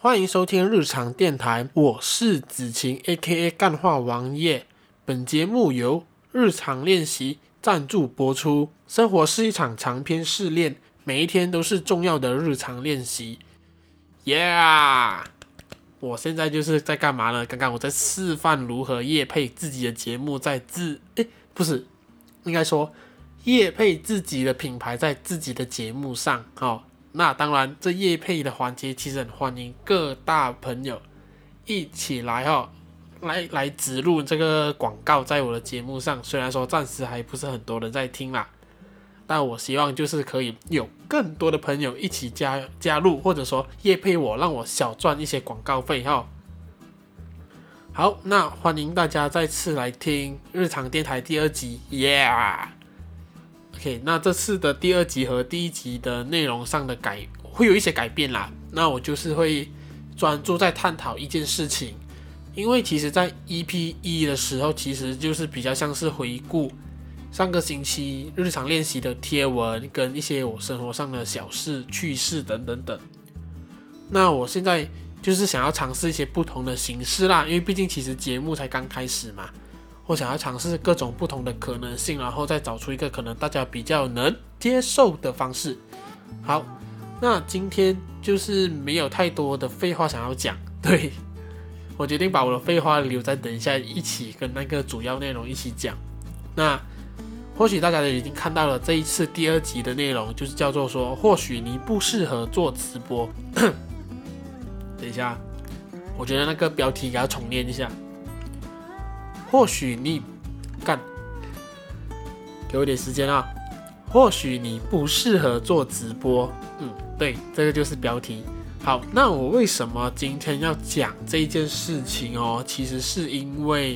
欢迎收听日常电台，我是子晴 AKA 干话王爷。本节目由日常练习赞助播出。生活是一场长篇试炼，每一天都是重要的日常练习。Yeah！ 我现在就是在干嘛呢？刚刚我在示范如何业配自己的节目，应该说业配自己的品牌在自己的节目上哦。那当然，这业配的环节其实很欢迎各大朋友一起来来植入这个广告在我的节目上。虽然说暂时还不是很多人在听啦，但我希望就是可以有更多的朋友一起加入，或者说业配我，让我小赚一些广告费哈。好，那欢迎大家再次来听日常电台第二集 ，Yeah！OK， 那这次的第二集和第一集的内容上的会有一些改变啦。那我就是会专注在探讨一件事情，因为其实在 EP1 的时候，其实就是比较像是回顾上个星期日常练习的贴文跟一些我生活上的小事、趣事等等等。那我现在就是想要尝试一些不同的形式啦，因为毕竟其实节目才刚开始嘛。我想要尝试各种不同的可能性，然后再找出一个可能大家比较能接受的方式。好，那今天就是没有太多的废话想要讲，对，我决定把我的废话留在等一下一起跟那个主要内容一起讲。那或许大家已经看到了这一次第二集的内容，就是叫做说，或许你不适合做直播。等一下，我觉得那个标题给它重念一下。或许你给我点时间啊！或许你不适合做直播，对，这个就是标题。好，那我为什么今天要讲这件事情哦？其实是因为，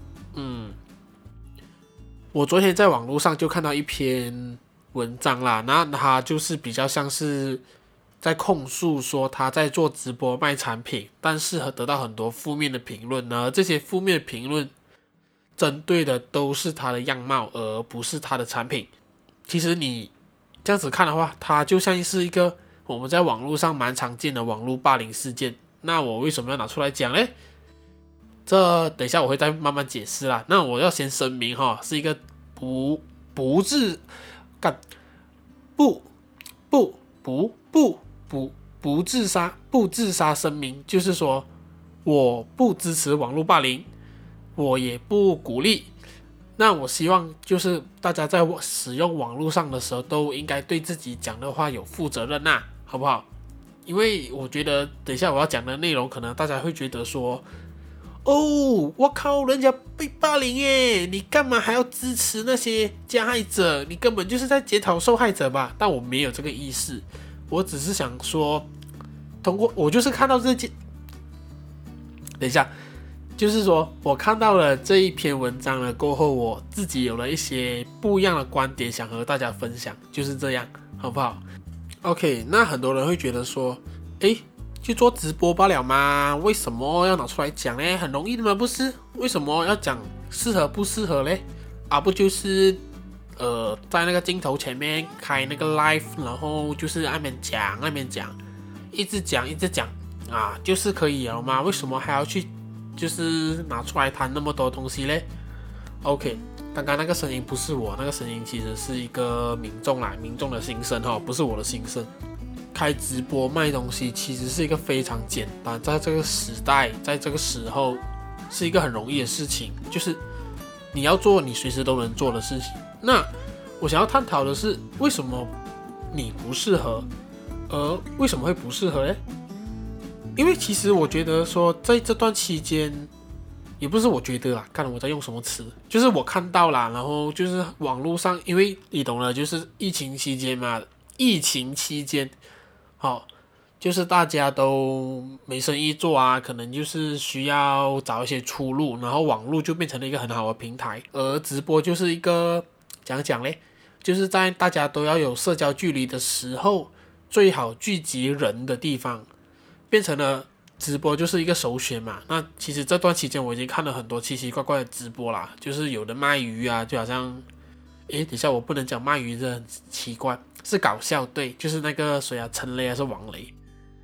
我昨天在网络上就看到一篇文章啦，那他就是比较像是在控诉说他在做直播卖产品，但是得到很多负面的评论呢。这些负面的评论针对的都是他的样貌，而不是他的产品。其实你这样子看的话，它就像是一个我们在网络上蛮常见的网络霸凌事件。那我为什么要拿出来讲呢？这等一下我会再慢慢解释啦。那我要先声明哈，是一个不自杀声明，就是说我不支持网络霸凌，我也不鼓励。那我希望就是大家在使用网络上的时候，都应该对自己讲的话有负责任呐，好不好？因为我觉得等一下我要讲的内容，可能大家会觉得说，哦，我靠，人家被霸凌耶，你干嘛还要支持那些加害者？你根本就是在检讨受害者吧？但我没有这个意思，我只是想说，通过我就是看到这件，等一下。就是说我看到了这一篇文章了过后，我自己有了一些不一样的观点想和大家分享，就是这样，好不好 ？OK， 那很多人会觉得说，去做直播罢了嘛，为什么要拿出来讲呢？很容易的嘛，不是？为什么要讲适合不适合嘞？不就是在那个镜头前面开那个 live， 然后就是那边讲，一直讲啊，就是可以了嘛？为什么还要去？就是拿出来谈那么多东西嘞。OK， 刚刚那个声音不是我，那个声音其实是一个民众的心声哈，不是我的心声。开直播卖东西其实是一个非常简单，在这个时代，在这个时候是一个很容易的事情，就是你要做你随时都能做的事情。那我想要探讨的是，为什么你不适合，而为什么会不适合嘞？因为其实我觉得说，在这段期间，也不是我觉得啦，看我在用什么词，就是我看到啦，然后就是网络上，因为你懂了，就是疫情期间嘛，就是大家都没生意做啊，可能就是需要找一些出路，然后网络就变成了一个很好的平台，而直播就是一个讲嘞，就是在大家都要有社交距离的时候，最好聚集人的地方。变成了直播就是一个首选嘛。那其实这段期间我已经看了很多奇奇怪怪的直播啦，就是有的卖鱼啊，就好像，等一下我不能讲卖鱼，这很奇怪，是搞笑，对，就是那个谁啊，陈雷还是王雷，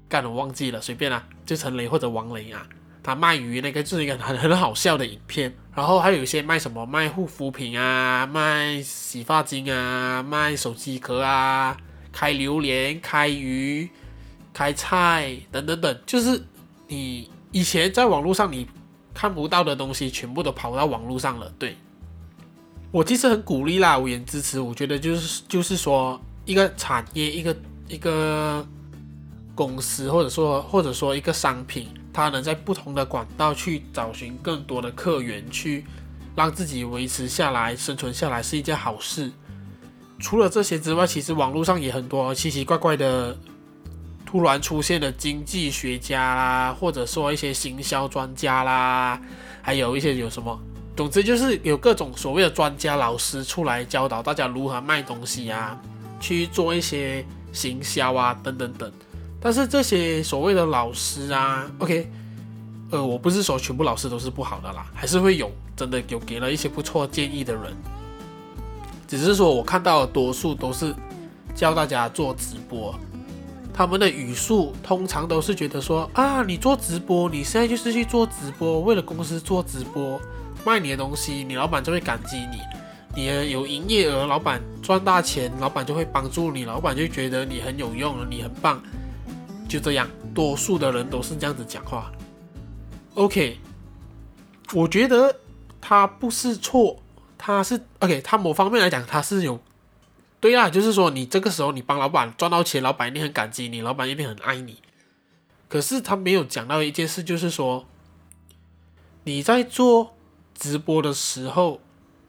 干我忘记了，随便啦，就陈雷或者王雷啊，他卖鱼那个就是一个很好笑的影片。然后还有一些卖什么卖护肤品啊，卖洗发精啊，卖手机壳啊，开榴莲、开鱼、开菜等等等，就是你以前在网络上你看不到的东西，全部都跑到网络上了。对，我其实很鼓励啦，我也支持。我觉得就是说，一个产业，一个公司，或者说一个商品，它能在不同的管道去找寻更多的客源，去让自己维持下来、生存下来，是一件好事。除了这些之外，其实网络上也很多奇奇怪怪的突然出现的经济学家啦，或者说一些行销专家啦，还有一些有什么，总之就是有各种所谓的专家老师出来教导大家如何卖东西啊，去做一些行销啊等等等。但是这些所谓的老师啊 ，OK， 我不是说全部老师都是不好的啦，还是会有真的有给了一些不错建议的人，只是说我看到的多数都是教大家做直播，他们的语速通常都是觉得说啊，你做直播，你现在就是去做直播，为了公司做直播，卖你的东西，你老板就会感激你。你有营业额，老板赚大钱，老板就会帮助你，老板就觉得你很有用，你很棒。就这样，多数的人都是这样子讲话。OK， 我觉得他不是错，他是 OK， 他某方面来讲他是有对啦，就是说你这个时候你帮老板赚到钱，老板一定很感激你，老板一定很爱你。可是他没有讲到一件事，就是说你在做直播的时候，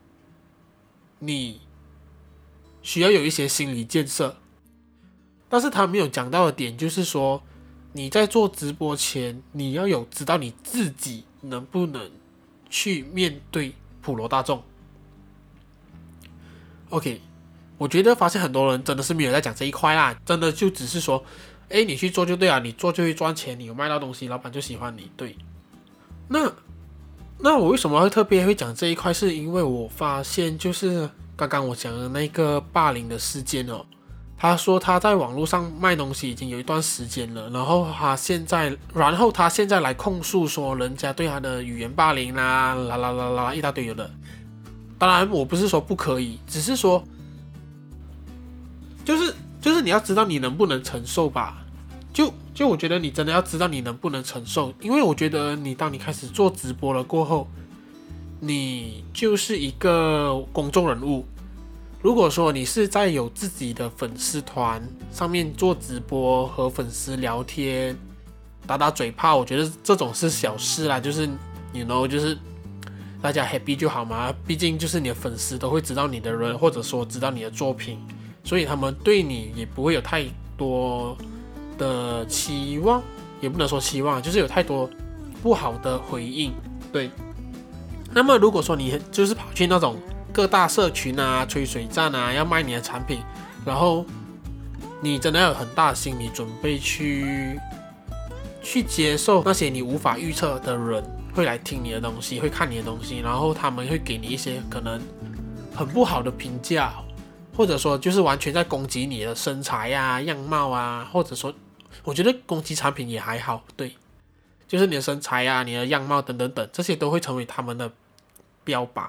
你需要有一些心理建设。但是他没有讲到的点就是说，你在做直播前，你要有知道你自己能不能去面对普罗大众。OK， 我觉得发现很多人真的是没有在讲这一块啦，真的就只是说，你去做就对啊，你做就会赚钱，你有卖到东西，老板就喜欢你。对，那我为什么会特别会讲这一块？是因为我发现就是刚刚我讲的那个霸凌的事件哦。他说他在网络上卖东西已经有一段时间了，然后他现在来控诉说人家对他的语言霸凌啦，一大堆有的。当然我不是说不可以，只是说就是你要知道你能不能承受吧。就我觉得你真的要知道你能不能承受，因为我觉得当你开始做直播了过后，你就是一个公众人物。如果说你是在有自己的粉丝团上面做直播，和粉丝聊天，打打嘴炮，我觉得这种是小事啦，就是就是大家 happy 就好嘛。毕竟就是你的粉丝都会知道你的人，或者说知道你的作品，所以他们对你也不会有太多的期望，也不能说期望，就是有太多不好的回应。对，那么如果说你就是跑去那种各大社群啊、吹水站啊，要卖你的产品，然后你真的要有很大的心理准备去接受那些你无法预测的人会来听你的东西，会看你的东西，然后他们会给你一些可能很不好的评价，或者说就是完全在攻击你的身材啊、样貌啊，或者说我觉得攻击产品也还好，对，就是你的身材啊、你的样貌等等等，这些都会成为他们的标靶。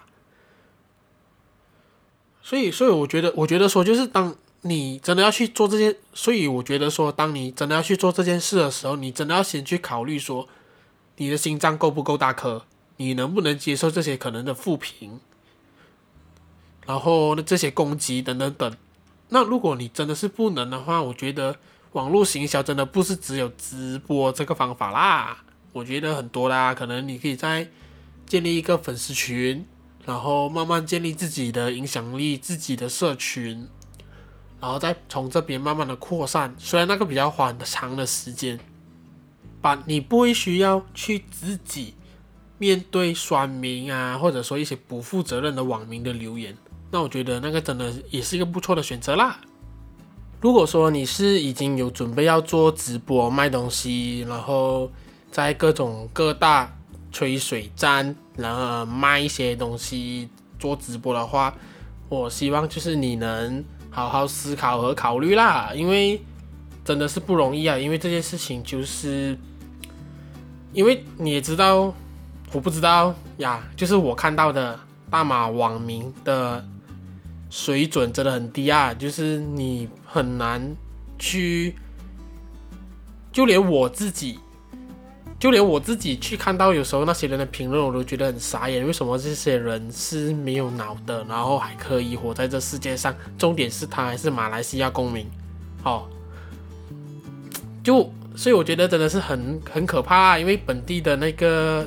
所以我觉得说，就是当你真的要去做这件，所以我觉得说，当你真的要去做这件事的时候，你真的要先去考虑说，你的心脏够不够大颗，你能不能接受这些可能的负评，然后这些攻击等等等。那如果你真的是不能的话，我觉得网络行销真的不是只有直播这个方法啦，我觉得很多啦，可能你可以再建立一个粉丝群。然后慢慢建立自己的影响力，自己的社群，然后再从这边慢慢的扩散。虽然那个比较花很长的时间，你不会需要去自己面对酸民啊，或者说一些不负责任的网民的留言。那我觉得那个真的也是一个不错的选择啦。如果说你是已经有准备要做直播卖东西，然后在各大吹水站，然后卖一些东西做直播的话，我希望就是你能好好思考和考虑啦，因为真的是不容易啊，因为这件事情就是因为你也知道，我不知道呀，就是我看到的大马网民的水准真的很低啊，就是你很难去，就连我自己去看到有时候那些人的评论，我都觉得很傻眼。为什么这些人是没有脑的，然后还可以活在这世界上？重点是他还是马来西亚公民，所以我觉得真的是很可怕啊，因为本地的那个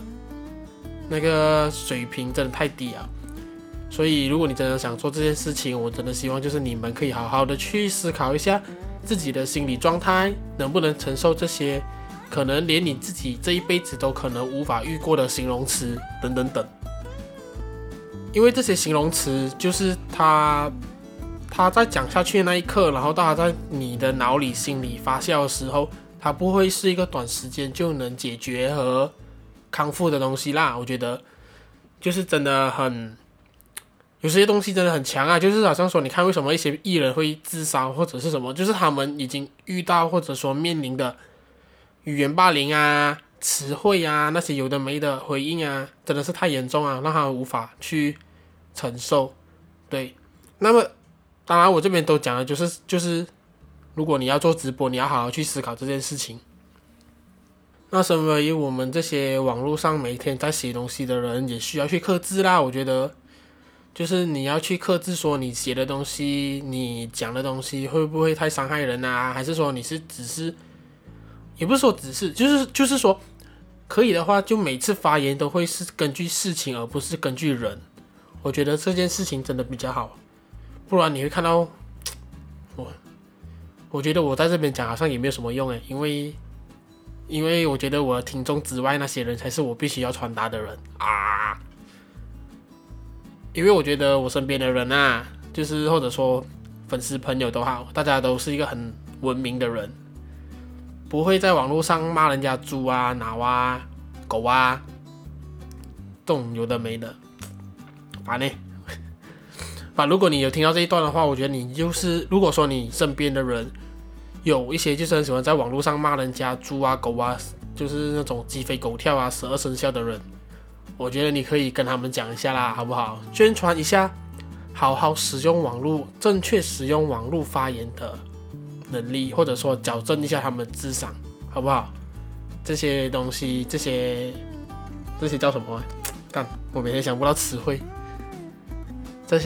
水平真的太低啊。所以如果你真的想做这件事情，我真的希望就是你们可以好好的去思考一下自己的心理状态，能不能承受这些可能连你自己这一辈子都可能无法遇过的形容词等等等。因为这些形容词就是他在讲下去的那一刻，然后到他在你的脑里心里发酵的时候，它不会是一个短时间就能解决和康复的东西啦。我觉得就是真的很有些东西真的很强啊，就是好像说你看为什么一些艺人会自杀或者是什么，就是他们已经遇到或者说面临的语言霸凌啊、词汇啊那些有的没的回应啊，真的是太严重啊，让他们无法去承受。对，那么当然我这边都讲的就是如果你要做直播，你要好好去思考这件事情。那身为我们这些网络上每天在写东西的人，也需要去克制啦。我觉得就是你要去克制，说你写的东西、你讲的东西会不会太伤害人啊？还是说你是只是，也不是说只是，就是说，可以的话，就每次发言都会是根据事情，而不是根据人。我觉得这件事情真的比较好，不然你会看到，我觉得我在这边讲好像也没有什么用诶，因为我觉得我的听众之外那些人才是我必须要传达的人啊。因为我觉得我身边的人啊，就是或者说粉丝朋友都好，大家都是一个很文明的人，不会在网络上骂人家猪啊、鸟啊、狗啊，这种有的没的，烦呢。如果你有听到这一段的话，我觉得你就是，如果说你身边的人有一些就是很喜欢在网络上骂人家猪啊、狗啊，就是那种鸡飞狗跳啊、12生肖的人，我觉得你可以跟他们讲一下啦，好不好？宣传一下，好好使用网络，正确使用网络发言的能力，或者说矫正一下他们的智商，好不好？这些东西，这些叫什么啊？干，我每天想不到词汇。这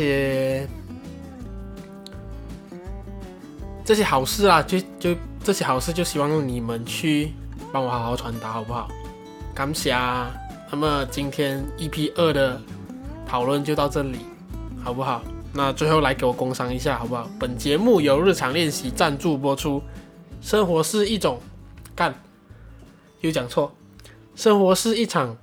些好事啊，就这些好事，就希望你们去帮我好好传达，好不好？感谢啊。那么今天 EP2 的讨论就到这里，好不好？那最后来给我工商一下，好不好？本节目由日常练习赞助播出。生活是一种又讲错，生活是一场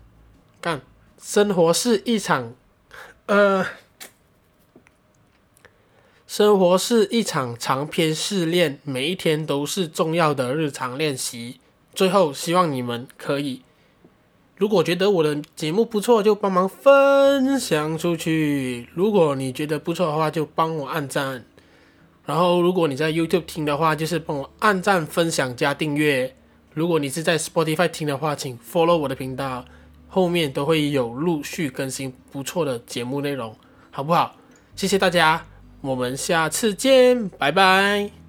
长篇试炼，每一天都是重要的日常练习。最后，希望你们可以，如果觉得我的节目不错，就帮忙分享出去；如果你觉得不错的话，就帮我按赞。然后，如果你在 YouTube 听的话，就是帮我按赞、分享加订阅。如果你是在 Spotify 听的话，请 follow 我的频道，后面都会有陆续更新不错的节目内容，好不好？谢谢大家。我们下次见，拜拜。